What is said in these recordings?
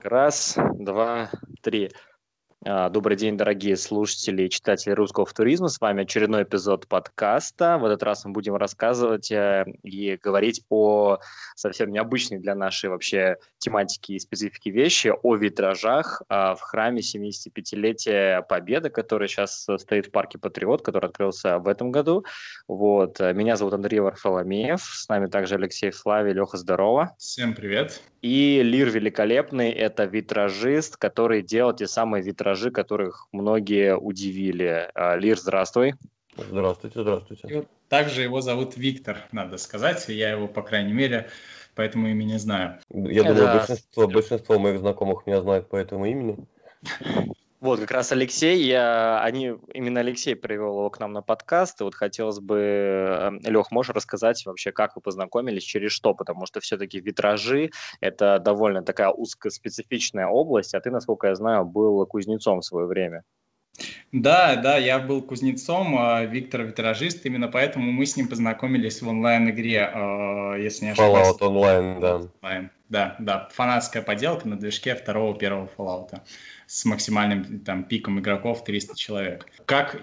Раз, два, три. Добрый день, дорогие слушатели и читатели русского туризма. С вами очередной эпизод подкаста. В этот раз мы будем рассказывать и говорить о совсем необычной для нашей вообще тематики и специфики вещи, о витражах в храме 75-летия Победы, который сейчас стоит в парке Патриот, который открылся в этом году. Вот. Меня зовут Андрей Варфоломеев. С нами также Алексей Флавий. Леха, здорово. Всем привет. И Лир Великолепный – это витражист, который делает те самые витражи, которых многие удивили. Лир, здравствуй. Здравствуйте. И вот также его зовут Виктор, надо сказать. Я его, по крайней мере, по этому имени знаю. Я думаю, большинство моих знакомых меня знают по этому имени. Вот, как раз Алексей, именно Алексей привел его к нам на подкаст, и вот хотелось бы, Лех, можешь рассказать вообще, как вы познакомились, через что, потому что все-таки витражи – это довольно такая узкоспецифичная область, а ты, насколько я знаю, был кузнецом в свое время. Да, я был кузнецом, Виктор витражист, именно поэтому мы с ним познакомились в онлайн-игре, если не ошибаюсь. Fallout Online, да. Да, фанатская поделка на движке первого Fallout с максимальным там пиком игроков 300 человек. Как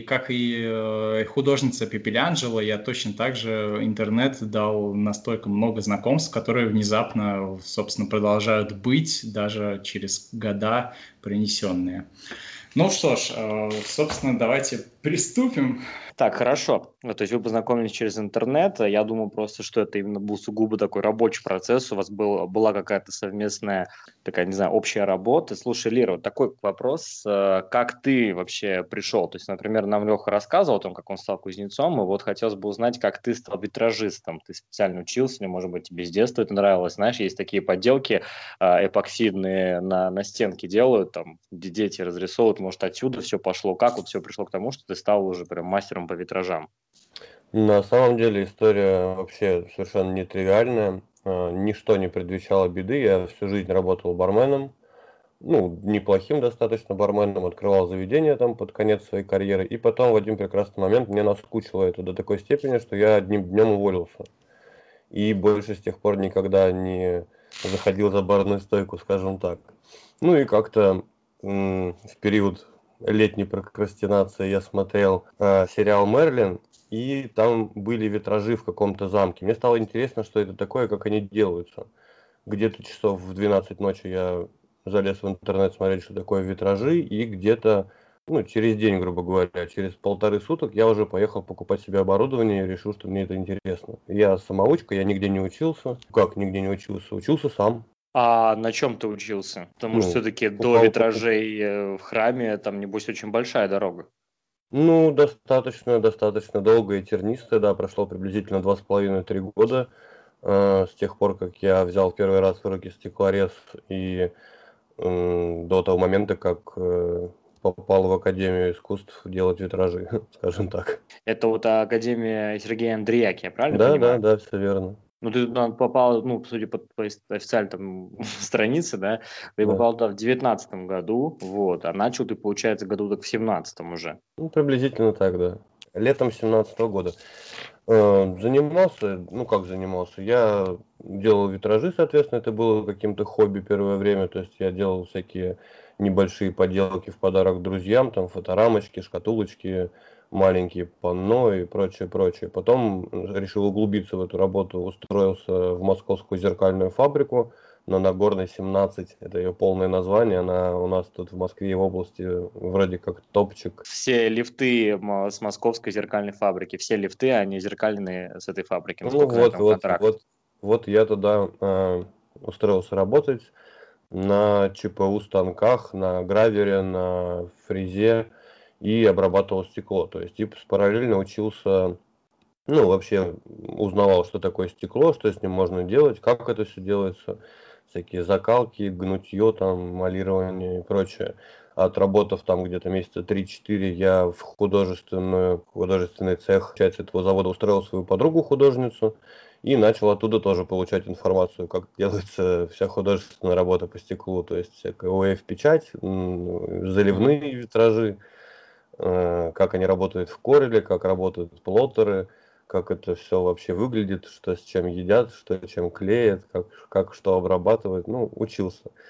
и художница Пепелянджело, я точно так же интернет дал настолько много знакомств, которые внезапно, собственно, продолжают быть даже через года принесенные. Ну что ж, собственно, давайте приступим. Так, хорошо. То есть вы познакомились через интернет. Я думаю просто, что это именно был сугубо такой рабочий процесс. У вас была какая-то совместная, такая, не знаю, общая работа. Слушай, Лира, вот такой вопрос. Как ты вообще пришел? То есть, например, нам Леха рассказывал о том, как он стал кузнецом, и вот хотелось бы узнать, как ты стал витражистом. Ты специально учился, или, может быть, тебе с детства это нравилось? Знаешь, есть такие подделки эпоксидные на стенке делают, там, где дети разрисовывают, может, отсюда все пошло. Как вот все пришло к тому, что ты стал уже прям мастером по витражам? На самом деле история вообще совершенно нетривиальная. Ничто не предвещало беды. Я всю жизнь работал барменом. Неплохим достаточно барменом. Открывал заведение там под конец своей карьеры. И потом в один прекрасный момент мне наскучило это до такой степени, что я одним днем уволился. И больше с тех пор никогда не заходил за барную стойку, скажем так. И как-то в период летней прокрастинации я смотрел сериал «Мерлин», и там были витражи в каком-то замке. Мне стало интересно, что это такое, как они делаются. Где-то часов в 12 ночи я залез в интернет смотреть, что такое витражи, и где-то, через день, грубо говоря, через 1,5 суток я уже поехал покупать себе оборудование и решил, что мне это интересно. Я самоучка, я нигде не учился. Как нигде не учился? Учился сам. А на чем ты учился? Потому что все-таки до витражей в храме там, небось, очень большая дорога. Достаточно долго и тернистая, да, прошло приблизительно 2,5-3 года с тех пор, как я взял первый раз в руки стеклорез и до того момента, как попал в Академию искусств делать витражи, скажем так. Это вот Академия Сергея Андреяки, я правильно понимаю? Да, все верно. Ты туда попал, судя по твоей официальной там странице, да, ты попал туда в 2019 году, вот, а начал ты, получается, году так в 2017 уже. Приблизительно так, да. Летом 2017 года. Занимался, я делал витражи, соответственно, это было каким-то хобби первое время, то есть я делал всякие небольшие поделки в подарок друзьям, там фоторамочки, шкатулочки, маленькие панно и прочее. Потом решил углубиться в эту работу, устроился в московскую зеркальную фабрику на Нагорной 17, это ее полное название, она у нас тут в Москве и в области вроде как топчик. Все лифты с московской зеркальной фабрики, все лифты, они зеркальные с этой фабрики. Вот я туда устроился работать на ЧПУ станках, на гравере, на фрезе и обрабатывал стекло. То есть параллельно учился, вообще узнавал, что такое стекло, что с ним можно делать, как это все делается, всякие закалки, гнутье, там, молирование и прочее. Отработав там где-то месяца 3-4, я в художественный цех, часть этого завода, устроил свою подругу-художницу и начал оттуда тоже получать информацию, как делается вся художественная работа по стеклу, то есть всякая ОФ-печать, заливные витражи, как они работают в Кореле, как работают плоттеры, как это все вообще выглядит, что с чем едят, что чем клеят, как что обрабатывают. Учился.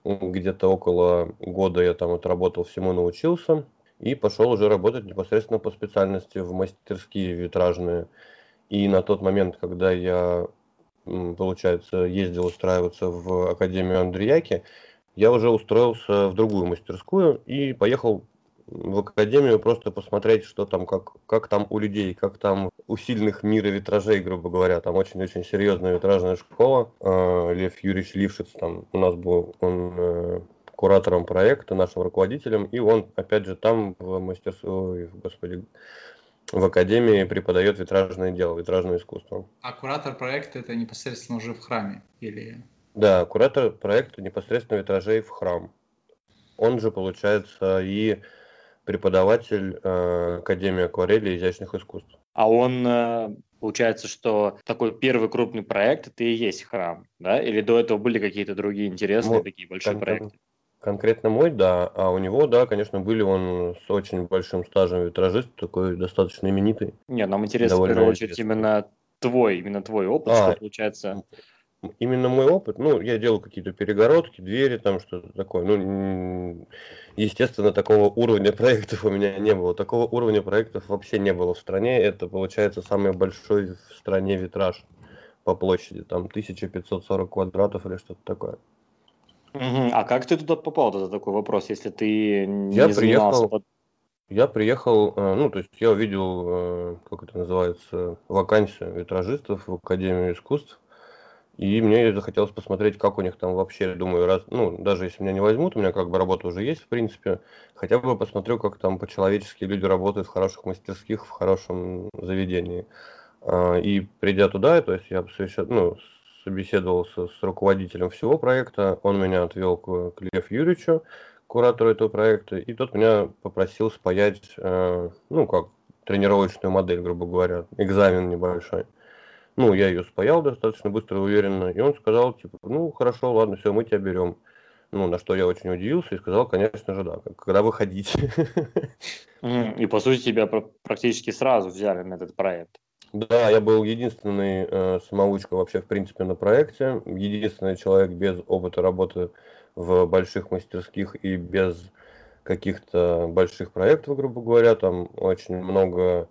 Где-то около года я там отработал, всему научился и пошел уже работать непосредственно по специальности в мастерские витражные. И на тот момент, когда я, получается, ездил устраиваться в Академию Андреяки, я уже устроился в другую мастерскую и поехал в Академию просто посмотреть, что там, как там у людей, как там у сильных мира витражей, грубо говоря. Там очень-очень серьезная витражная школа. Лев Юрьевич Лившиц там у нас был, он куратором проекта, нашим руководителем, и он, опять же, там в мастерской, господи, в Академии преподает витражное дело, витражное искусство. А куратор проекта это непосредственно уже в храме? Или... Да, куратор проекта непосредственно витражей в храм. Он же, получается, и преподаватель Академии акварели и изящных искусств. А он, получается, что такой первый крупный проект это и есть храм, да? Или до этого были какие-то другие интересные такие большие проекты? Конкретно мой, да, а у него, да, конечно, были он с очень большим стажем витражист, такой достаточно именитый. Нет, нам интересно в первую очередь именно твой опыт, что получается... Именно мой опыт, ну, я делал какие-то перегородки, двери, там что-то такое. Ну, естественно, такого уровня проектов у меня не было. Такого уровня проектов вообще не было в стране. Это, получается, самый большой в стране витраж по площади. Там 1540 квадратов или что-то такое. А как ты туда попал? Это такой вопрос, если ты не занимался... Я приехал, ну, то есть я увидел, как это называется, вакансию витражистов в Академию искусств. И мне захотелось посмотреть, как у них там вообще, думаю, ну, даже если меня не возьмут, у меня как бы работа уже есть, в принципе, хотя бы посмотрю, как там по-человечески люди работают в хороших мастерских, в хорошем заведении. И придя туда, то есть я собеседовался с руководителем всего проекта, он меня отвел к Лев Юрьевичу, куратору этого проекта, и тот меня попросил спаять, ну, как тренировочную модель, грубо говоря, экзамен небольшой. Ну, я ее спаял достаточно быстро и уверенно, и он сказал, типа, ну, хорошо, ладно, все, мы тебя берем. Ну, на что я очень удивился и сказал, конечно же, да, когда выходить. И, по сути, тебя практически сразу взяли на этот проект. Да, я был единственный самоучка вообще, в принципе, на проекте, единственный человек без опыта работы в больших мастерских и без каких-то больших проектов, грубо говоря, там очень много...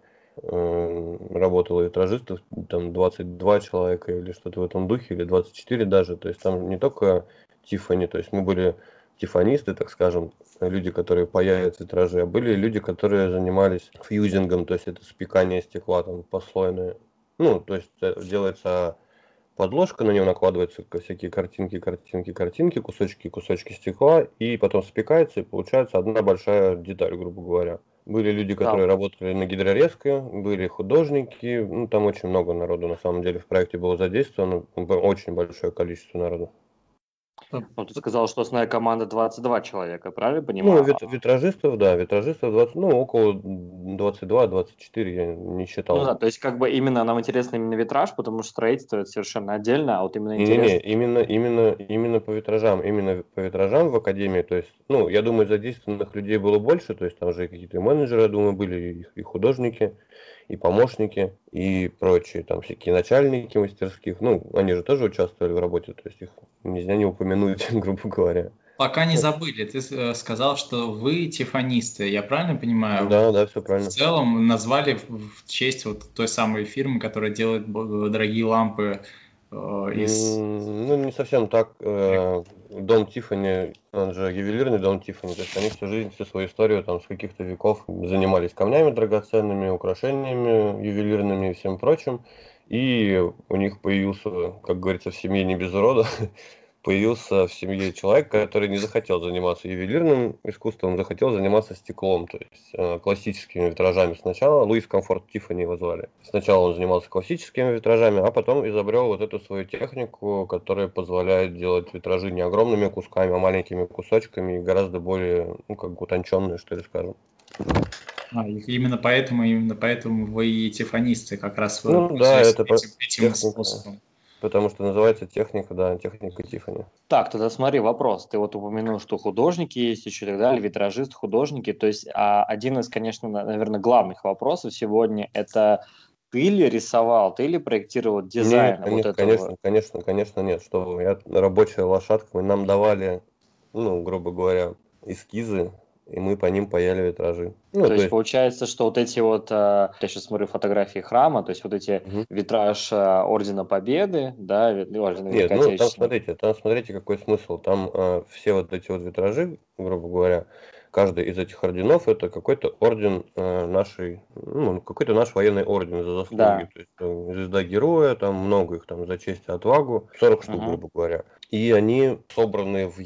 работало витражистов, там 22 человека или что-то в этом духе, или 24 даже, то есть там не только Тиффани, то есть мы были тиффанисты, так скажем, люди, которые паяют витражи, а были люди, которые занимались фьюзингом, то есть это спекание стекла там послойное, ну, то есть делается подложка, на нее накладываются всякие картинки, кусочки стекла, и потом спекается, и получается одна большая деталь, грубо говоря. Были люди, которые работали на гидрорезке, были художники, ну, там очень много народу на самом деле в проекте было задействовано, очень большое количество народу. Ну, ты сказал, что основная команда 22 человека, правильно понимаю? Ну, витражистов, да, витражистов 20, ну, около 22-24, я не считал. Ну да, то есть как бы именно нам интересно именно витраж, потому что строительство это совершенно отдельно, а вот именно интересно... Именно по витражам в Академии, то есть, ну, я думаю, задействованных людей было больше, то есть там же какие-то менеджеры, я думаю, были и художники, и помощники, и прочие, там всякие начальники мастерских, ну, они же тоже участвовали в работе, то есть их нельзя не упомянуть, грубо говоря. Пока не забыли, ты сказал, что вы тиффанисты, я правильно понимаю? Да, все правильно. В целом назвали в честь вот той самой фирмы, которая делает дорогие лампы из... Ну, не совсем так. Дом Тиффани, он же ювелирный дом Тиффани, то есть они всю жизнь, всю свою историю там с каких-то веков занимались камнями драгоценными, украшениями ювелирными и всем прочим. И у них появился, как говорится, в семье не без урода, появился в семье человек, который не захотел заниматься ювелирным искусством, захотел заниматься стеклом, то есть классическими витражами сначала. Луис Комфорт Тиффани его звали. Сначала он занимался классическими витражами, а потом изобрел вот эту свою технику, которая позволяет делать витражи не огромными кусками, а маленькими кусочками и гораздо более, ну, как бы утонченные, что ли, скажем. Именно поэтому вы и тиффанисты, как раз вы этим способом. Потому что называется техника Тиффани. Так, тогда смотри, вопрос. Ты вот упомянул, что художники есть еще и так далее, витражисты, художники. То есть один из, конечно, наверное, главных вопросов сегодня – это ты ли рисовал, ты ли проектировал дизайн? Нет, конечно, нет. Что я рабочая лошадка, нам давали ну, грубо говоря, эскизы, и мы по ним паяли витражи. Ну, То есть получается, что вот эти вот, я сейчас смотрю фотографии храма, то есть вот эти Мгм. витраж Ордена Победы, да, Ордена Нет, Великой ну Отечественной. там смотрите, какой смысл. Там все вот эти вот витражи, грубо говоря, каждый из этих орденов это какой-то орден нашей, ну, какой-то наш военный орден за заслуги. Да. То есть звезда героя, там много их там за честь и отвагу, 40 штук, Мгм. грубо говоря. И они собраны в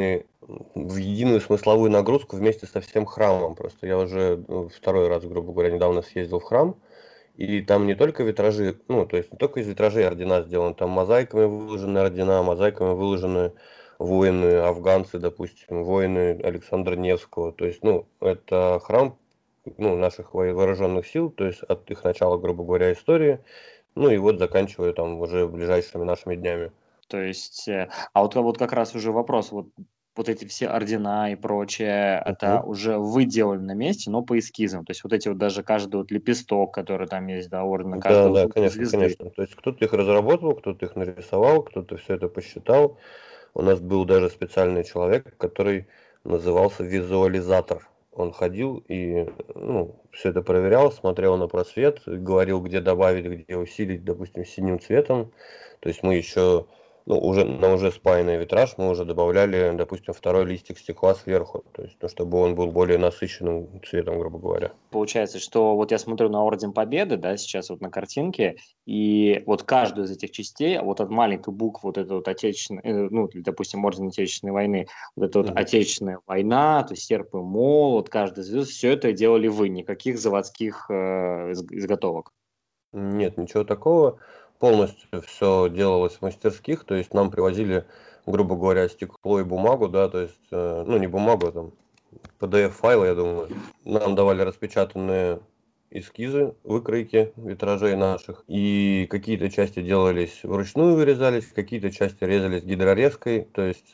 единую смысловую нагрузку вместе со всем храмом. Просто я уже второй раз, грубо говоря, недавно съездил в храм. И там не только витражи, ну, то есть не только из витражей ордена сделаны, там мозаиками выложены ордена, мозаиками выложены воины, афганцы, допустим, воины Александра Невского. То есть, ну, это храм, ну, наших вооруженных сил, то есть от их начала, грубо говоря, истории, ну и вот заканчивая там уже ближайшими нашими днями. То есть, а вот как раз уже вопрос, вот эти все ордена и прочее, это Мгм. уже вы делали на месте, но по эскизам. То есть вот эти вот даже каждый вот лепесток, который там есть, да, ордена, Да, каждого да, конечно, звезды. конечно. То есть кто-то их разработал, кто-то их нарисовал, кто-то все это посчитал. У нас был даже специальный человек, который назывался визуализатор. Он ходил и, ну, все это проверял, смотрел на просвет, говорил, где добавить, где усилить, допустим, синим цветом. То есть мы еще, ну, на уже спаянный витраж мы уже добавляли, допустим, второй листик стекла сверху, то есть, ну, чтобы он был более насыщенным цветом, грубо говоря. Получается, что вот я смотрю на Орден Победы, да, сейчас вот на картинке, и вот каждую из этих частей, вот от маленькой буквы вот это вот отечественная, ну, допустим, Орден Отечественной войны, вот это вот Мгм. Отечественная война, то есть серп и молот, каждый звезд, все это делали вы, никаких заводских изготовок. Нет, ничего такого. Полностью все делалось в мастерских, то есть нам привозили, грубо говоря, стекло и бумагу, да, то есть, ну, не бумагу, а там PDF-файлы, я думаю. Нам давали распечатанные эскизы, выкройки витражей наших, и какие-то части делались вручную, вырезались, какие-то части резались гидрорезкой, то есть,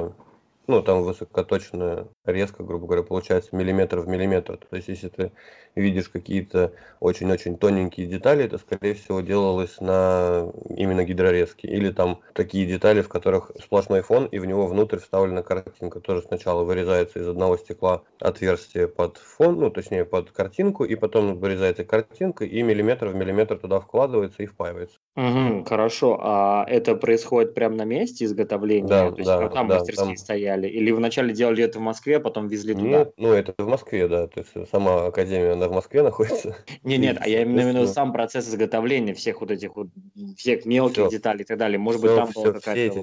ну, там высокоточная резка, грубо говоря, получается миллиметр в миллиметр. То есть, если ты видишь какие-то очень-очень тоненькие детали, это, скорее всего, делалось на именно гидрорезке. Или там такие детали, в которых сплошной фон, и в него внутрь вставлена картинка. Тоже сначала вырезается из одного стекла отверстие под фон, ну, точнее, под картинку, и потом вырезается картинка, и миллиметр в миллиметр туда вкладывается и впаивается. Мгм, хорошо, а это происходит прямо на месте изготовления, Да, то есть да, там да, мастерские там стояли, или вы вначале делали это в Москве, а потом везли туда? нет, ну это в Москве, да, то есть сама академия, она в Москве находится, Нет, и, а я именно в виду соответственно, сам процесс изготовления всех вот этих вот, всех мелких все, деталей и так далее. Может быть, все, там была все, какая-то...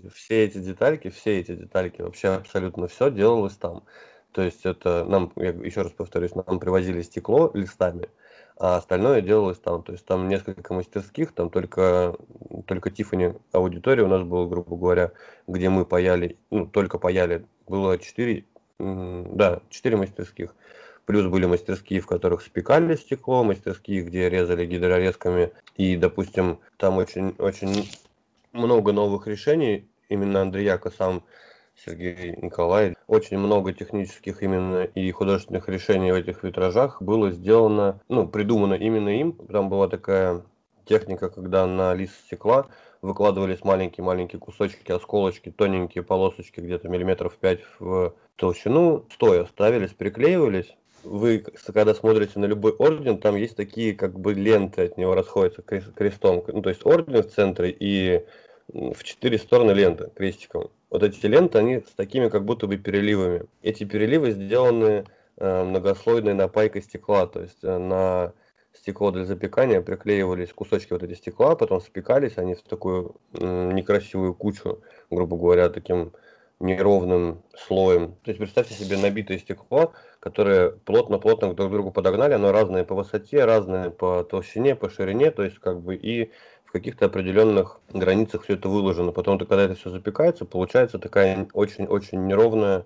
все эти детальки, вообще абсолютно все делалось там. То есть это нам, я еще раз повторюсь, нам привозили стекло листами, а остальное делалось там. То есть там несколько мастерских, там только Тиффани аудитория у нас была, грубо говоря, где мы паяли, ну, только паяли, было 4, да, 4 мастерских. Плюс были мастерские, в которых спекали стекло, мастерские, где резали гидрорезками. И, допустим, там очень много новых решений. Именно Андреяко сам, Сергей Николаевич, очень много технических именно и художественных решений в этих витражах было сделано, ну, придумано именно им. Там была такая техника, когда на лист стекла выкладывались маленькие-маленькие кусочки, осколочки, тоненькие полосочки, где-то миллиметров 5 в толщину, стоя ставились, приклеивались. Вы, когда смотрите на любой орден, там есть такие как бы ленты от него расходятся крестом. Ну, то есть орден в центре и в 4 стороны лента крестиком. Вот эти ленты, они с такими как будто бы переливами. Эти переливы сделаны многослойной напайкой стекла, то есть на стекло для запекания приклеивались кусочки вот эти стекла, потом спекались они в такую некрасивую кучу, грубо говоря, таким неровным слоем. То есть представьте себе набитое стекло, которое плотно-плотно друг к другу подогнали, оно разное по высоте, разное по толщине, по ширине, то есть как бы и в каких-то определенных границах все это выложено. Потом, когда это все запекается, получается такая очень-очень неровная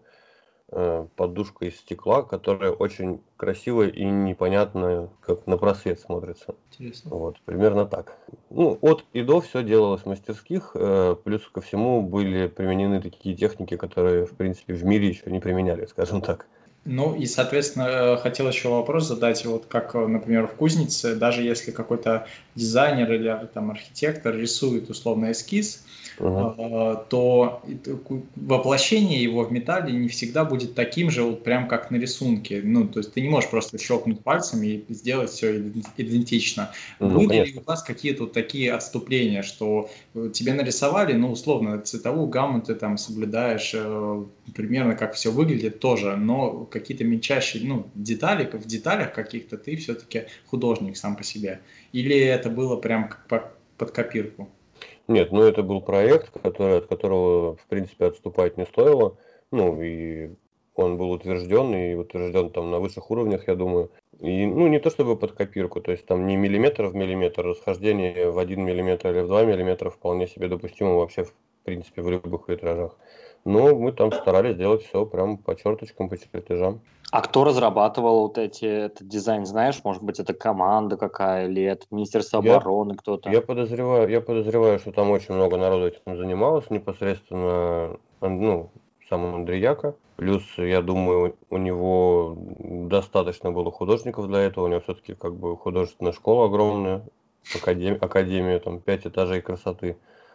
подушка из стекла, которая очень красивая и непонятная, как на просвет смотрится. Интересно. Вот, примерно так. Ну, от и до все делалось в мастерских, плюс ко всему были применены такие техники, которые, в принципе, в мире еще не применяли, скажем так. Ну и, соответственно, хотел еще вопрос задать, вот как, например, в кузнице, даже если какой-то дизайнер или там архитектор рисует условно эскиз, то воплощение его в металле не всегда будет таким же, вот прям как на рисунке. Ну, то есть ты не можешь просто щелкнуть пальцами и сделать все идентично. Ну, Были ли конечно. у вас какие-то вот такие отступления, что тебе нарисовали, ну, условно, цветовую гамму ты там соблюдаешь, примерно как все выглядит тоже, но какие-то мельчайшие, ну, детали, в деталях каких-то ты все-таки художник сам по себе? Или это было прям как под копирку? Нет, ну это был проект, от которого, в принципе, отступать не стоило. Ну, и он был утвержден, и утвержден там на высших уровнях, я думаю. И, ну, не то чтобы под копирку, то есть там не миллиметр в миллиметр, расхождение в 1 миллиметр или в 2 миллиметра вполне себе допустимо вообще, в принципе, в любых витражах. Но мы там старались делать все прям по черточкам, по чертежам. А кто разрабатывал вот этот дизайн, знаешь? Может быть, это команда какая, или это Министерство Я обороны кто-то? Я подозреваю, что там очень много народу этим занималось, непосредственно, ну, сам Андреяка. Плюс, я думаю, у него достаточно было художников для этого. У него все-таки как бы художественная школа огромная, академия, там 5 этажей красоты.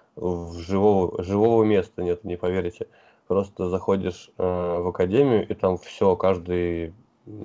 Живого места нет, не поверите. Просто заходишь в академию, и там все, каждый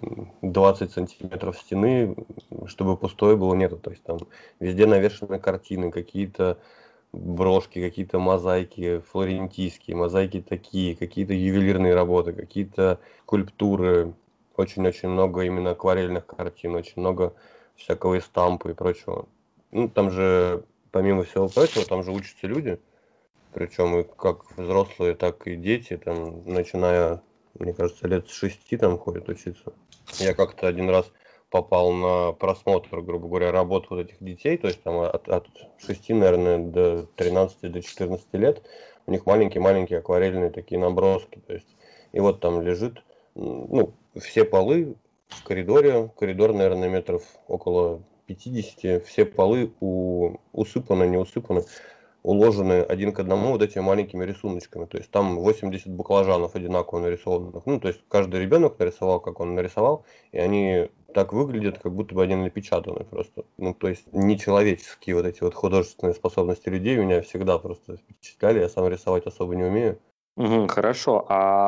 20 сантиметров стены, чтобы пустой было, нету. То есть там везде навешаны картины, какие-то брошки, какие-то мозаики флорентийские, мозаики такие, какие-то ювелирные работы, какие-то скульптуры. Очень-очень много именно акварельных картин, очень много всякого и стампа и прочего. Ну, там же, помимо всего прочего, там же учатся люди, причем и как взрослые, так и дети, там, начиная, мне кажется, лет с 6 там ходят учиться. Я как-то один раз попал на просмотр, грубо говоря, работ вот этих детей, то есть там от 6, наверное, до 13, до 14 лет. У них маленькие-маленькие акварельные такие наброски, то есть, и вот там лежит, ну, все полы в коридоре, коридор, наверное, метров около 50, все полы усыпаны, не усыпаны, уложены один к одному вот этими маленькими рисуночками. То есть там 80 баклажанов одинаково нарисованных. Ну, то есть каждый ребенок нарисовал, как он нарисовал, и они так выглядят, как будто бы они напечатаны просто. Ну, то есть нечеловеческие вот эти вот художественные способности людей меня всегда просто впечатляли. Я сам рисовать особо не умею. Хорошо.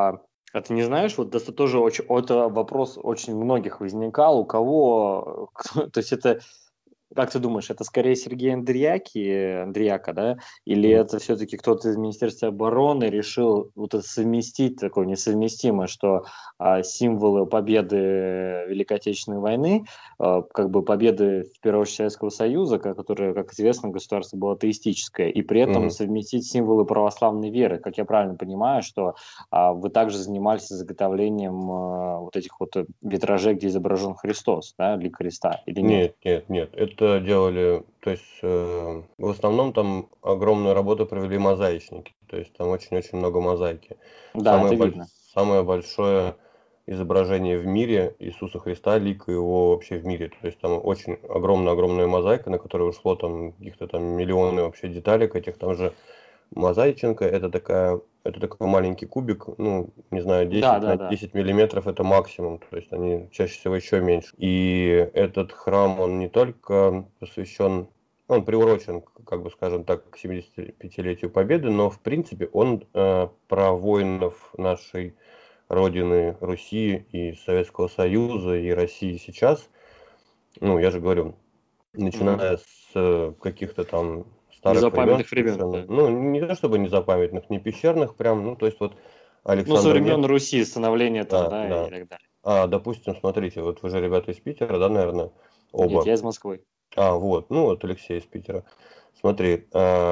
А ты не знаешь, вот это тоже очень, это вопрос очень многих возникал, у кого, то есть это, как ты думаешь, это скорее Сергей Андреяка, да? Или Мгм. это все-таки кто-то из Министерства обороны решил вот это совместить такое несовместимое, что символы победы Великой Отечественной войны, как бы победы, в первую очередь, Советского Союза, которое, как известно, государство было атеистическое, и при этом Мгм. совместить символы православной веры? Как я правильно понимаю, что вы также занимались изготовлением вот этих вот витражей, где изображен Христос, да, или креста, или нет? Нет, нет, нет. Это делали, то есть в основном там огромную работу провели мозаичники. То есть там очень-очень много мозаики. Да, Самое, это боль- видно. самое большое изображение в мире Иисуса Христа, лика его вообще в мире. То есть там очень огромная-огромная мозаика, на которую ушло там каких-то там миллионы вообще деталек этих. Там же мозаиченко это такой маленький кубик, ну, не знаю, Да, 10 да, на да. 10 миллиметров это максимум, то есть они чаще всего еще меньше. И этот храм, он не только посвящен, он приурочен, как бы скажем так, к 75-летию Победы, но в принципе он про воинов нашей Родины, Руси и Советского Союза и России сейчас. Ну, я же говорю, Мгм. начиная с каких-то там старых времен Незапамятных времен, совершенно. да. Ну, не то чтобы незапамятных, не пещерных прям, ну, то есть вот Ну, со Александр времен Невский, Руси, становления там, да, да, и да. так далее. А, допустим, смотрите, вот вы же ребята из Питера, да, наверное, Нет, оба. я из Москвы. А, вот, ну, вот Алексей из Питера. Смотри,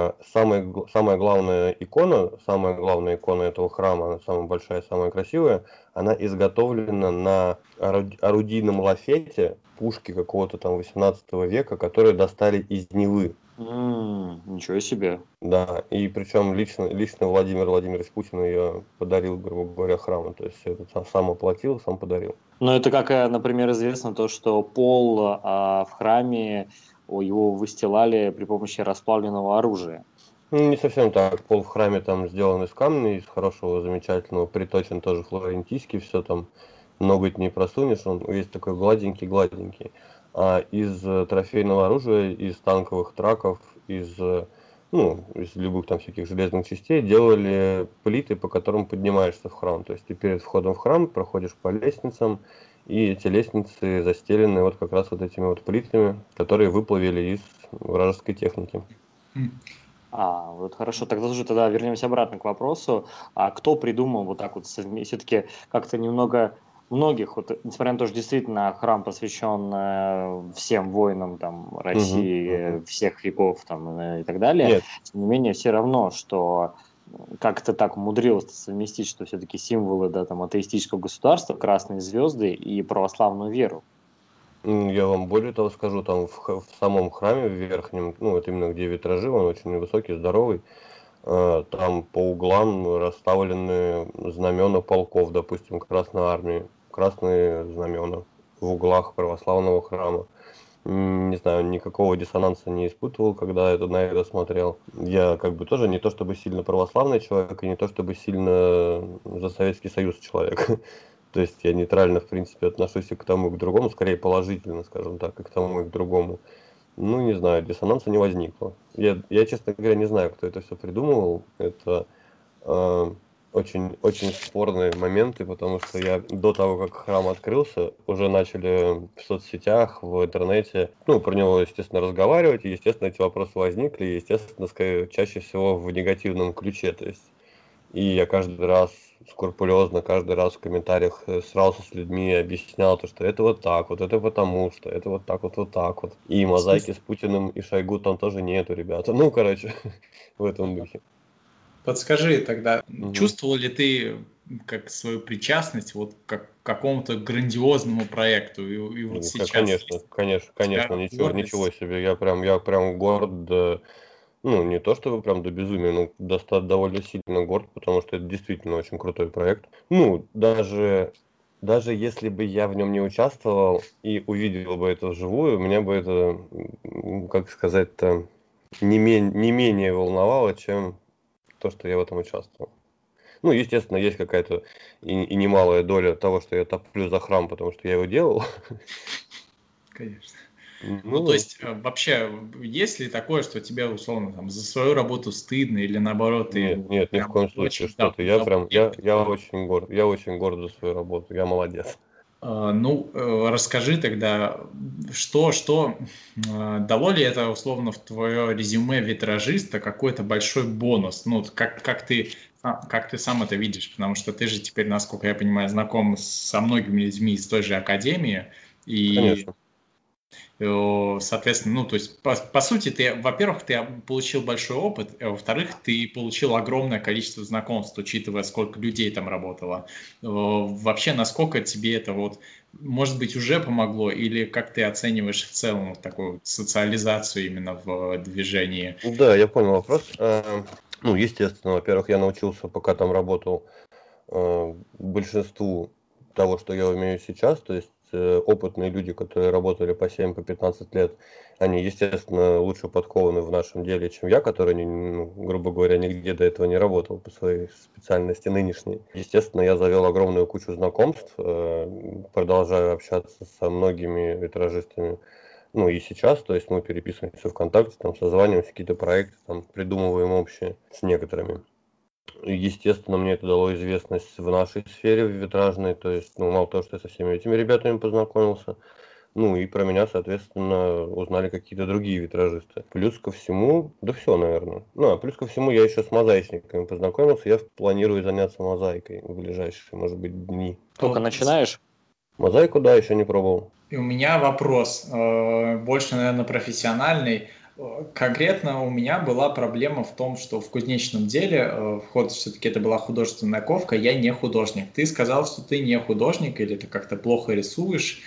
самая главная икона этого храма, она самая большая, самая красивая, она изготовлена на орудийном лафете пушки какого-то там 18 века, которые достали из Невы. Ничего себе. Да, и причем лично Владимир Владимирович Путин ее подарил, грубо говоря, храму. То есть это сам оплатил, сам подарил. Но это как, например, известно то, что пол в храме его выстилали при помощи расплавленного оружия. Ну, не совсем так. Пол в храме там сделан из камня, из хорошего, замечательного, приточен тоже флорентийский, все там ноготь не просунешь, он весь такой гладенький-гладенький. А из трофейного оружия, из танковых траков, из любых там всяких железных частей делали плиты, по которым поднимаешься в храм. То есть ты перед входом в храм проходишь по лестницам, и эти лестницы застелены вот как раз вот этими вот плитами, которые выплавили из вражеской техники. Вот хорошо, тогда уже тогда вернемся обратно к вопросу. А кто придумал вот так вот все-таки как-то немного многих, вот, несмотря на то, что действительно храм посвящен всем воинам там, России, всех веков там, и так далее, Нет. Тем не менее, все равно, что как-то так умудрилось совместить, что все-таки символы да, там, атеистического государства, красные звезды и православную веру. Я вам более того скажу, там в самом храме в верхнем, это именно где витражи, он очень высокий, здоровый, там по углам расставлены знамена полков, допустим, Красной Армии, красные знамена в углах православного храма. Не знаю, никакого диссонанса не испытывал, когда на это смотрел. Я как бы тоже не то чтобы сильно православный человек, и не то чтобы сильно за Советский Союз человек. То есть я нейтрально, в принципе, отношусь и к тому, и к другому, скорее положительно, скажем так, и к тому, и к другому. Не знаю, диссонанса не возникло. Я, честно говоря, не знаю, кто это все придумывал. Это очень, очень спорные моменты, потому что я до того, как храм открылся, уже начали в соцсетях, в интернете, про него, естественно, разговаривать, и, естественно, эти вопросы возникли, и, естественно, чаще всего в негативном ключе, то есть. И я каждый раз скрупулезно, каждый раз в комментариях срался с людьми, объяснял то, что это вот так вот, это потому что, это вот так вот, вот так вот. И мозаики с Путиным и Шойгу там тоже нету, ребята. Короче, в этом духе. Подскажи тогда, чувствовал ли ты как свою причастность вот к какому-то грандиозному проекту? И вот сейчас... Конечно, ничего себе. Я прям горд, не то чтобы прям до безумия, но довольно сильно горд, потому что это действительно очень крутой проект. Даже если бы я в нем не участвовал и увидел бы это вживую, меня бы это, как сказать-то, не менее волновало, чем то, что я в этом участвовал. Естественно, есть какая-то и немалая доля того, что я топлю за храм, потому что я его делал. Конечно. То есть, вообще, есть ли такое, что тебе, условно, там, за свою работу стыдно или наоборот? Нет, ни в коем случае, что-то. Я очень горд за свою работу, я молодец. Расскажи тогда, что дало ли это, условно, в твое резюме витражиста какой-то большой бонус? Как ты сам это видишь? Потому что ты же теперь, насколько я понимаю, знаком со многими людьми из той же академии. И, конечно. Соответственно, то есть, по сути, во-первых, ты получил большой опыт, а во-вторых, ты получил огромное количество знакомств, учитывая, сколько людей там работало. Вообще, насколько тебе это может быть, уже помогло, или как ты оцениваешь в целом такую социализацию именно в движении? Да, я понял вопрос. Естественно, во-первых, я научился, пока там работал, большинству того, что я умею сейчас, то есть опытные люди, которые работали по 7-15 лет, они, естественно, лучше подкованы в нашем деле, чем я, который, грубо говоря, нигде до этого не работал по своей специальности нынешней. Естественно, я завел огромную кучу знакомств, продолжаю общаться со многими витражистами, и сейчас, то есть мы переписываемся ВКонтакте, там созваниваемся, какие-то проекты, там придумываем общие с некоторыми. Естественно, мне это дало известность в нашей сфере, в витражной, то есть, мало того, что я со всеми этими ребятами познакомился, и про меня, соответственно, узнали какие-то другие витражисты. Плюс ко всему, да все, наверное. Плюс ко всему, я еще с мозаичниками познакомился, я планирую заняться мозаикой в ближайшие, может быть, дни. Только начинаешь? Мозаику, да, еще не пробовал. И у меня вопрос, больше, наверное, профессиональный. Конкретно у меня была проблема в том, что в кузнечном деле, вход все-таки это была художественная ковка, я не художник. Ты сказал, что ты не художник или ты как-то плохо рисуешь.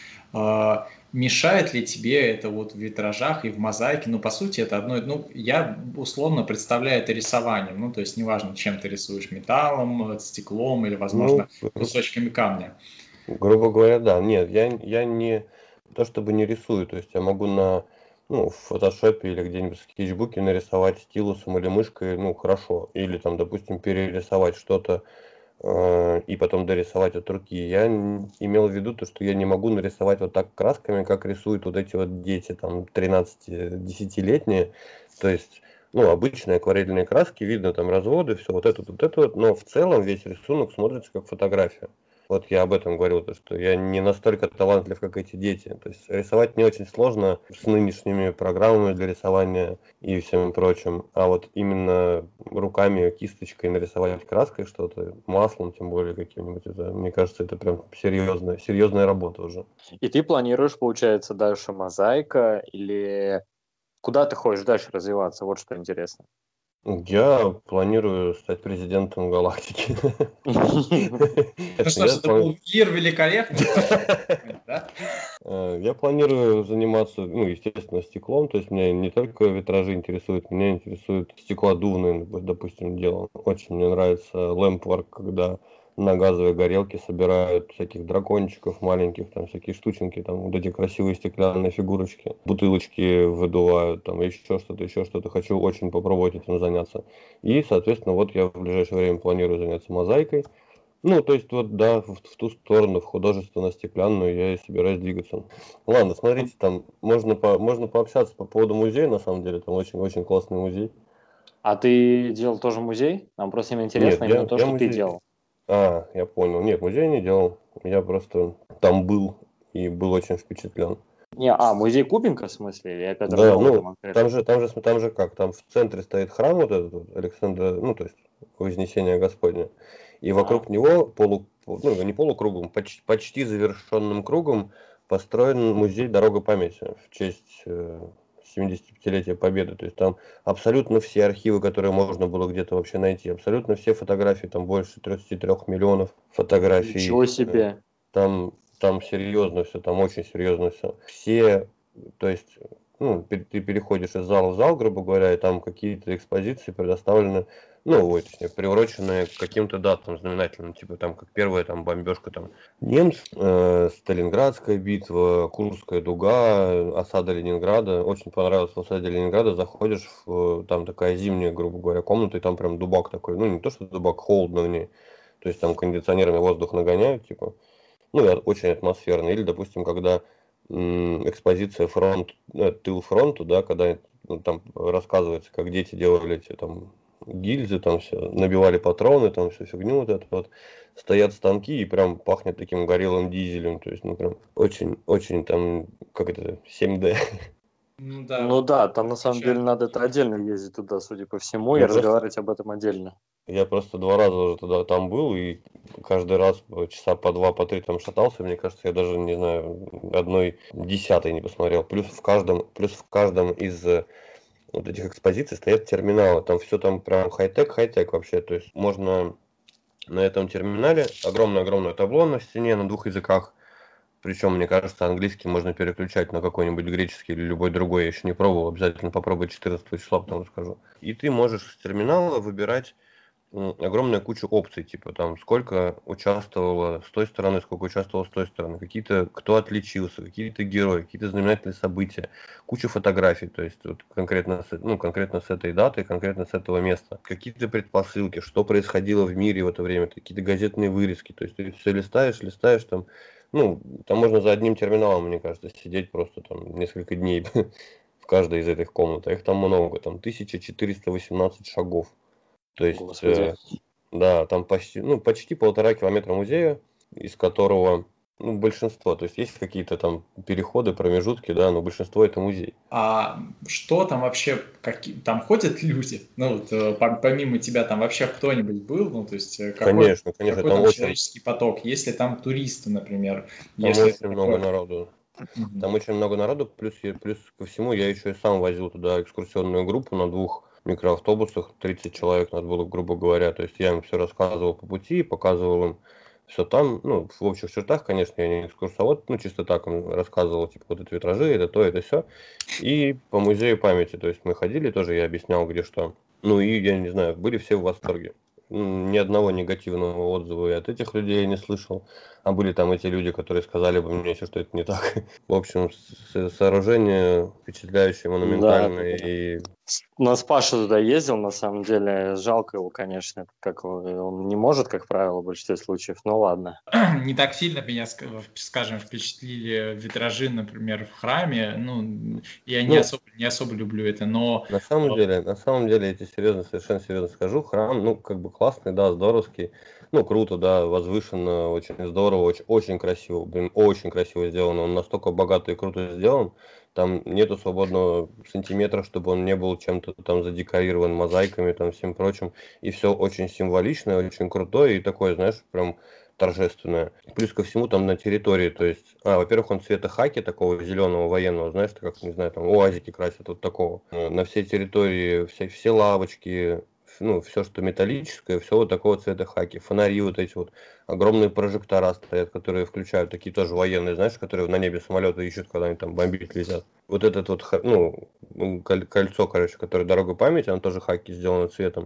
Мешает ли тебе это в витражах и в мозаике? По сути, это одно, я условно представляю это рисованием, то есть неважно, чем ты рисуешь, металлом, стеклом или, возможно, кусочками камня. Грубо говоря, да. Нет, я не то чтобы не рисую, то есть я могу в фотошопе или где-нибудь в скетчбуке нарисовать стилусом или мышкой, хорошо. Или там, допустим, перерисовать что-то и потом дорисовать от руки. Я имел в виду то, что я не могу нарисовать вот так красками, как рисуют вот эти вот дети, там, 13-10-летние. То есть, ну, обычные акварельные краски, видно там разводы, все вот это вот, но в целом весь рисунок смотрится как фотография. Вот я об этом говорил, то, что я не настолько талантлив, как эти дети. То есть рисовать не очень сложно с нынешними программами для рисования и всем прочим. А вот именно руками, кисточкой нарисовать краской что-то, маслом тем более каким-нибудь, это, мне кажется, это прям серьезная работа уже. И ты планируешь, получается, дальше мозаика или куда ты хочешь дальше развиваться? Вот что интересно. Я планирую стать президентом галактики. Ну что ж, это был мир великолепный. Я планирую заниматься, ну, естественно, стеклом. То есть меня не только витражи интересуют, меня интересует стеклодувное, допустим, дело. Очень мне нравится лэмпворк, когда на газовой горелке собирают всяких дракончиков маленьких, там всякие штученки, там вот эти красивые стеклянные фигурочки, бутылочки выдувают, там еще что-то. Хочу очень попробовать этим заняться. И, соответственно, вот я в ближайшее время планирую заняться мозаикой. Ну, то есть, вот, да, в ту сторону, в художественно-стеклянную я и собираюсь двигаться. Ладно, смотрите, там можно пообщаться по поводу музея, на самом деле, там очень классный музей. А ты делал тоже музей? Нам просто именно интересно Нет, именно то, я что ты музей... делал. Я понял. Нет, музей не делал. Я просто там был и был очень впечатлен. Музей Кубинка, в смысле? Или опять Да, другого ну, конкретно? там же как, там в центре стоит храм вот этот вот, Александра, ну, то есть Вознесения Господня. И Ага. вокруг него ну, не полукругом, почти завершенным кругом построен музей «Дорога памяти» в честь 75-летия Победы. То есть там абсолютно все архивы, которые можно было где-то вообще найти, абсолютно все фотографии, там больше 33 миллионов фотографий. Ничего себе. Там серьезно все, там очень серьезно все. Все, то есть, ну, ты переходишь из зала в зал, грубо говоря, и там какие-то экспозиции предоставлены, ну, ой, точнее, приуроченные к каким-то датам знаменательным, типа там, как первая там бомбежка там немцев, Сталинградская битва, Курская дуга, осада Ленинграда. Очень понравилось в осаде Ленинграда, заходишь там такая зимняя, грубо говоря, комната, и там прям дубак такой, ну, не то, что дубак, холодно в ней, то есть там кондиционерами воздух нагоняют, типа, ну, очень атмосферно. Или, допустим, когда экспозиция тыл фронту, да, когда там рассказывается, как дети делали эти там гильзы, там все, набивали патроны, там всю фигню вот это вот. Стоят станки и прям пахнет таким горелым дизелем. То есть, ну, прям очень там, как это, 7D. Ну да, там на самом деле надо это отдельно ездить туда, судя по всему, и Я просто- разговаривать об этом отдельно. Я просто 2 раза уже там был, и каждый раз часа по 2, по 3 там шатался. Мне кажется, я даже, не знаю, 1/10 не посмотрел. Плюс в каждом из вот этих экспозиций стоят терминалы. Там все там прям хай-тек вообще. То есть можно на этом терминале огромное табло на стене на 2 языках. Причем, мне кажется, английский можно переключать на какой-нибудь греческий или любой другой. Я еще не пробовал. Обязательно попробую 14 числа, потом расскажу. И ты можешь с терминала выбирать огромная куча опций, типа там сколько участвовало с той стороны, сколько участвовало с той стороны, кто отличился, какие-то герои, какие-то знаменательные события, куча фотографий, то есть вот конкретно с этой даты, конкретно с этого места, какие-то предпосылки, что происходило в мире в это время, какие-то газетные вырезки, то есть ты все листаешь там, ну, там можно за одним терминалом, мне кажется, сидеть просто там несколько дней в каждой из этих комнат, а их там много, там 1418 шагов. То есть, Господи. да, там почти 1,5 километра музея, из которого, ну, большинство, то есть есть какие-то там переходы, промежутки, да, но большинство это музей. А что там вообще, там ходят люди? Ну, вот, помимо тебя там вообще кто-нибудь был? Ну, то есть, какой Конечно, там там человеческий поток? Если там туристы, например, там если очень это много такое... народу. Мгм. Там очень много народу, плюс ко всему я еще и сам возил туда экскурсионную группу на 2 микроавтобусах, 30 человек надо было, грубо говоря. То есть я им все рассказывал по пути, показывал им все там, ну, в общих чертах, конечно, я не экскурсовод, ну, чисто так им рассказывал, типа, вот это витражи, это то, это все. И по музею памяти, то есть мы ходили тоже, я объяснял, где что. Ну, и, я не знаю, были все в восторге. Ни одного негативного отзыва и от этих людей я не слышал. А были там эти люди, которые сказали бы мне еще, что это не так. В общем, сооружение впечатляющее, Да, монументальное и У нас Паша туда ездил, на самом деле. Жалко его, конечно. Как он не может, как правило, в большинстве случаев. Ну ладно. Не так сильно меня, скажем, впечатлили витражи, например, в храме. Ну, я не особо люблю это, но... На самом деле, я тебе серьезно, совершенно серьезно скажу, храм, ну, как бы классный, да, здоровский, ну, круто, да, возвышенно, очень здорово, очень красиво, блин, очень красиво сделано, он настолько богато и круто сделан, там нету свободного сантиметра, чтобы он не был чем-то там задекорирован мозаиками, там, всем прочим, и все очень символичное, очень крутое, и такое, знаешь, прям торжественное. Плюс ко всему там на территории, то есть, во-первых, он цвета хаки такого зеленого военного, знаешь, как, не знаю, там уазики красят вот такого. На всей территории все лавочки, ну, все, что металлическое, все вот такого цвета хаки. Фонари вот эти вот, огромные прожектора стоят, которые включают, такие тоже военные, знаешь, которые на небе самолеты ищут, когда они там бомбить летят. Вот этот вот, ну, кольцо, короче, которое дорога памяти, оно тоже хаки сделано цветом.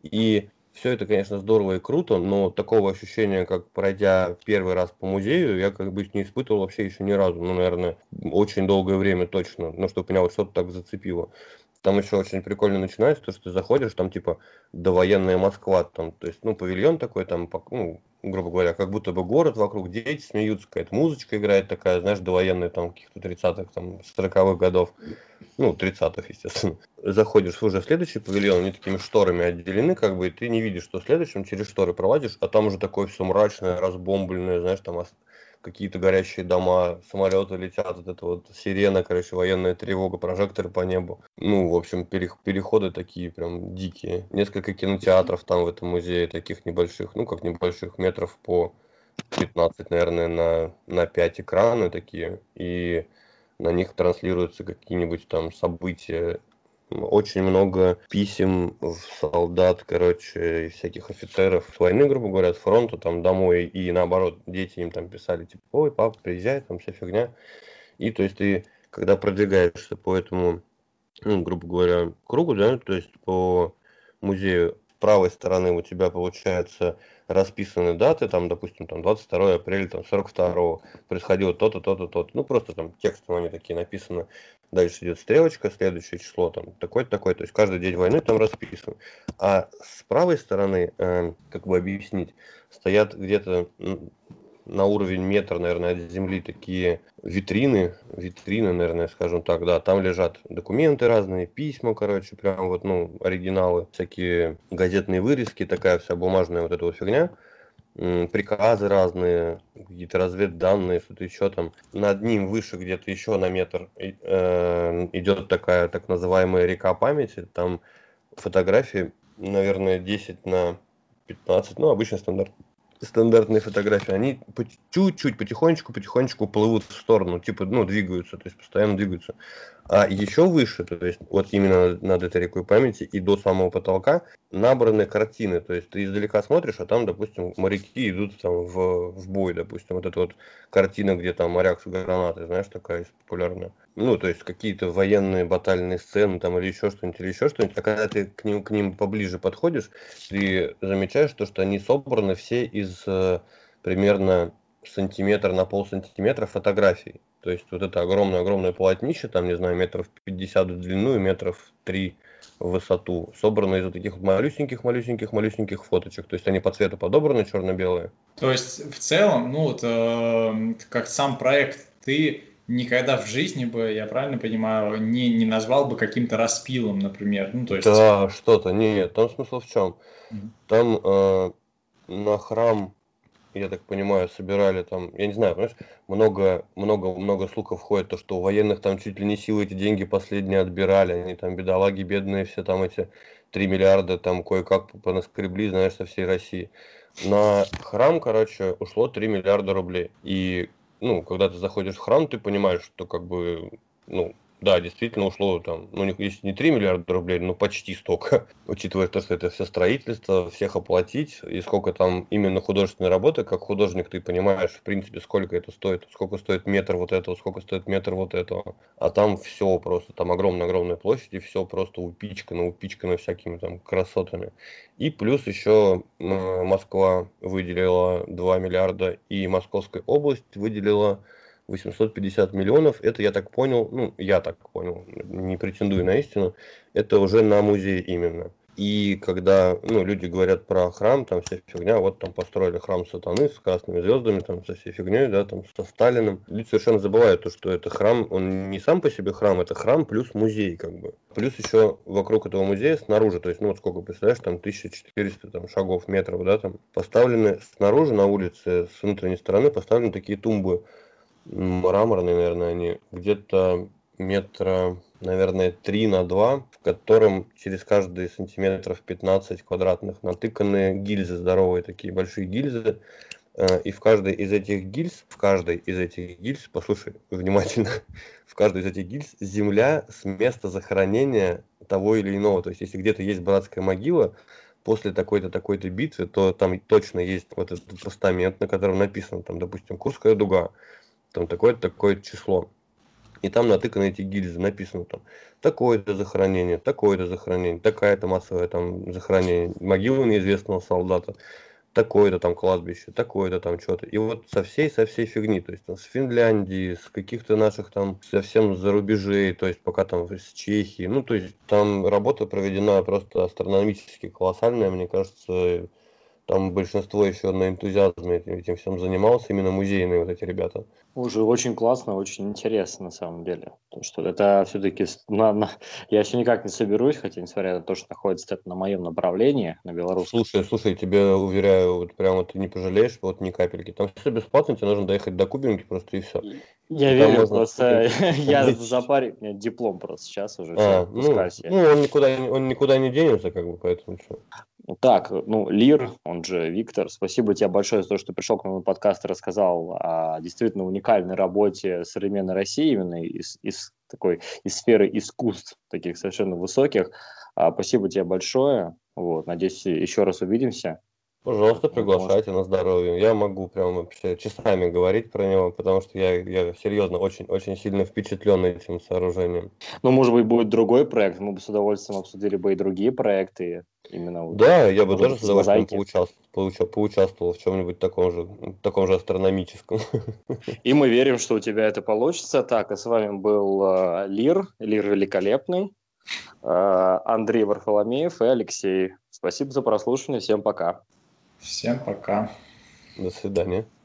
И все это, конечно, здорово и круто, но такого ощущения, как пройдя первый раз по музею, я как бы не испытывал вообще еще ни разу. Ну, наверное, очень долгое время точно. Ну, чтобы меня вот что-то так зацепило. Там еще очень прикольно начинается, то, что ты заходишь, там типа довоенная Москва, там, то есть, ну, павильон такой, там, ну, грубо говоря, как будто бы город вокруг, дети смеются, какая-то музычка играет такая, знаешь, довоенная, там, каких-то 30-х, там, 40-х годов. Ну, 30-х, естественно. Заходишь уже в следующий павильон, они такими шторами отделены, как бы, и ты не видишь, что в следующем через шторы пролазишь, а там уже такое все мрачное, разбомбленное, знаешь, там какие-то горящие дома, самолеты летят, вот это вот сирена, короче, военная тревога, прожекторы по небу. Ну, в общем, переходы такие прям дикие. Несколько кинотеатров там в этом музее, таких небольших, ну, как небольших, метров по 15, наверное, на 5 экраны такие, и на них транслируются какие-нибудь там события. Очень много писем в солдат, короче, и всяких офицеров с войны, грубо говоря, с фронта, там домой, и наоборот, дети им там писали, типа, ой, папа, приезжай, там вся фигня. И то есть ты, когда продвигаешься по этому, ну, грубо говоря, кругу, да, то есть по музею правой стороны у тебя получается расписаны даты, там, допустим, там 22 апреля, там 42 происходило то-то, то-то, то-то. Ну, просто там текстом они такие написаны. Дальше идет стрелочка, следующее число, там, такой-то, такой. То есть каждый день войны там расписан. А с правой стороны, как бы объяснить, стоят где-то на уровень метр, наверное, от земли такие витрины, наверное, скажем так, да, там лежат документы разные, письма, короче, прям вот, ну, оригиналы, всякие газетные вырезки, такая вся бумажная вот эта вот фигня, приказы разные, какие-то разведданные, что-то еще там. Над ним выше где-то еще на метр идет такая так называемая река памяти, там фотографии, наверное, 10 на 15, ну, обычно стандартные фотографии, они чуть-чуть, потихонечку плывут в сторону, типа, ну, двигаются, то есть постоянно двигаются. А еще выше, то есть вот именно над этой рекой памяти и до самого потолка набраны картины, то есть ты издалека смотришь, а там, допустим, моряки идут там в бой, допустим, вот эта вот картина, где там моряк с гранатой, знаешь, такая популярная. Ну, то есть какие-то военные батальные сцены там или еще что-нибудь, а когда ты к ним поближе подходишь, ты замечаешь то, что они собраны все из примерно сантиметр на полсантиметра фотографий. То есть вот это огромное-огромное полотнище, там, не знаю, метров 50 в длину и метров 3 в высоту, собрано из вот таких вот малюсеньких фоточек. То есть они по цвету подобраны, черно-белые. То есть в целом, ну вот как сам проект, ты никогда в жизни бы, я правильно понимаю, не назвал бы каким-то распилом, например. Ну, то есть... Да, что-то, нет, там смысл в чем? Там на храм, я так понимаю, собирали там, я не знаю, понимаешь, много слухов ходит, то, что у военных там чуть ли не силы эти деньги последние отбирали, они там бедолаги бедные, все там эти 3 миллиарда там кое-как понаскребли, знаешь, со всей России. На храм, короче, ушло 3 миллиарда рублей. И, ну, когда ты заходишь в храм, ты понимаешь, что как бы, ну, да, действительно ушло там, ну, если не 3 миллиарда рублей, но почти столько, учитывая то, что это все строительство, всех оплатить, и сколько там именно художественной работы, как художник ты понимаешь, в принципе, сколько это стоит, сколько стоит метр вот этого, сколько стоит метр вот этого, а там все просто, там огромная площадь, и все просто упичкано всякими там красотами. И плюс еще Москва выделила 2 миллиарда, и Московская область выделила 850 миллионов, это я так понял, не претендую на истину, это уже на музей именно. И когда люди говорят про храм, там вся фигня, вот там построили храм сатаны с красными звездами, там со всей фигней, да, там со Сталиным. Люди совершенно забывают то, что это храм, он не сам по себе храм, это храм плюс музей, как бы. Плюс еще вокруг этого музея снаружи, то есть, вот сколько, представляешь, там 1400 там, шагов, метров, да, там поставлены снаружи на улице, с внутренней стороны поставлены такие тумбы мраморные, наверное, они где-то метра, наверное, 3 на 2, в котором через каждые сантиметров 15 квадратных натыканы гильзы, здоровые такие большие гильзы. И в каждой из этих гильз, послушай внимательно, в каждой из этих гильз земля с места захоронения того или иного. То есть, если где-то есть братская могила, после такой-то, такой-то битвы, то там точно есть вот этот постамент, на котором написано, там, допустим, Курская дуга, там такое-то, такое-то число. И там натыканы эти гильзы, написано там такое-то захоронение, такая-то массовое там захоронение, могила неизвестного солдата, такое-то там кладбище, такое-то там что-то. И вот со всей фигни, то есть там, с Финляндии, с каких-то наших там совсем за рубежей, то есть пока там с Чехии, то есть там работа проведена просто астрономически колоссальная, мне кажется. Там большинство еще на энтузиазме этим всем занималось, именно музейные вот эти ребята. Уже очень классно, очень интересно на самом деле. Потому что это все-таки... Я еще никак не соберусь, хотя несмотря на то, что находится это на моем направлении, на белорусском. Слушай, тебе уверяю, вот прямо ты не пожалеешь, вот ни капельки. Там все бесплатно, тебе нужно доехать до Кубинки просто и все. Я верю, просто я запарю, у меня диплом просто сейчас уже все, пускайся. Он никуда не денется, как бы, поэтому что. Так, Лир, он же Виктор, спасибо тебе большое за то, что пришел к нам на подкаст и рассказал о действительно уникальной работе современной России, именно из сферы искусств, таких совершенно высоких. Спасибо тебе большое. Надеюсь, еще раз увидимся. Пожалуйста, приглашайте на здоровье. Я могу прям вообще часами говорить про него, потому что я серьезно очень сильно впечатлен этим сооружением. Может быть, будет другой проект. Мы бы с удовольствием обсудили бы и другие проекты. Именно да, я бы тоже с удовольствием поучаствовал в чем-нибудь таком же астрономическом. И мы верим, что у тебя это получится. Так, и с вами был Лир великолепный, Андрей Варфоломеев и Алексей. Спасибо за прослушивание. Всем пока. Всем пока. До свидания.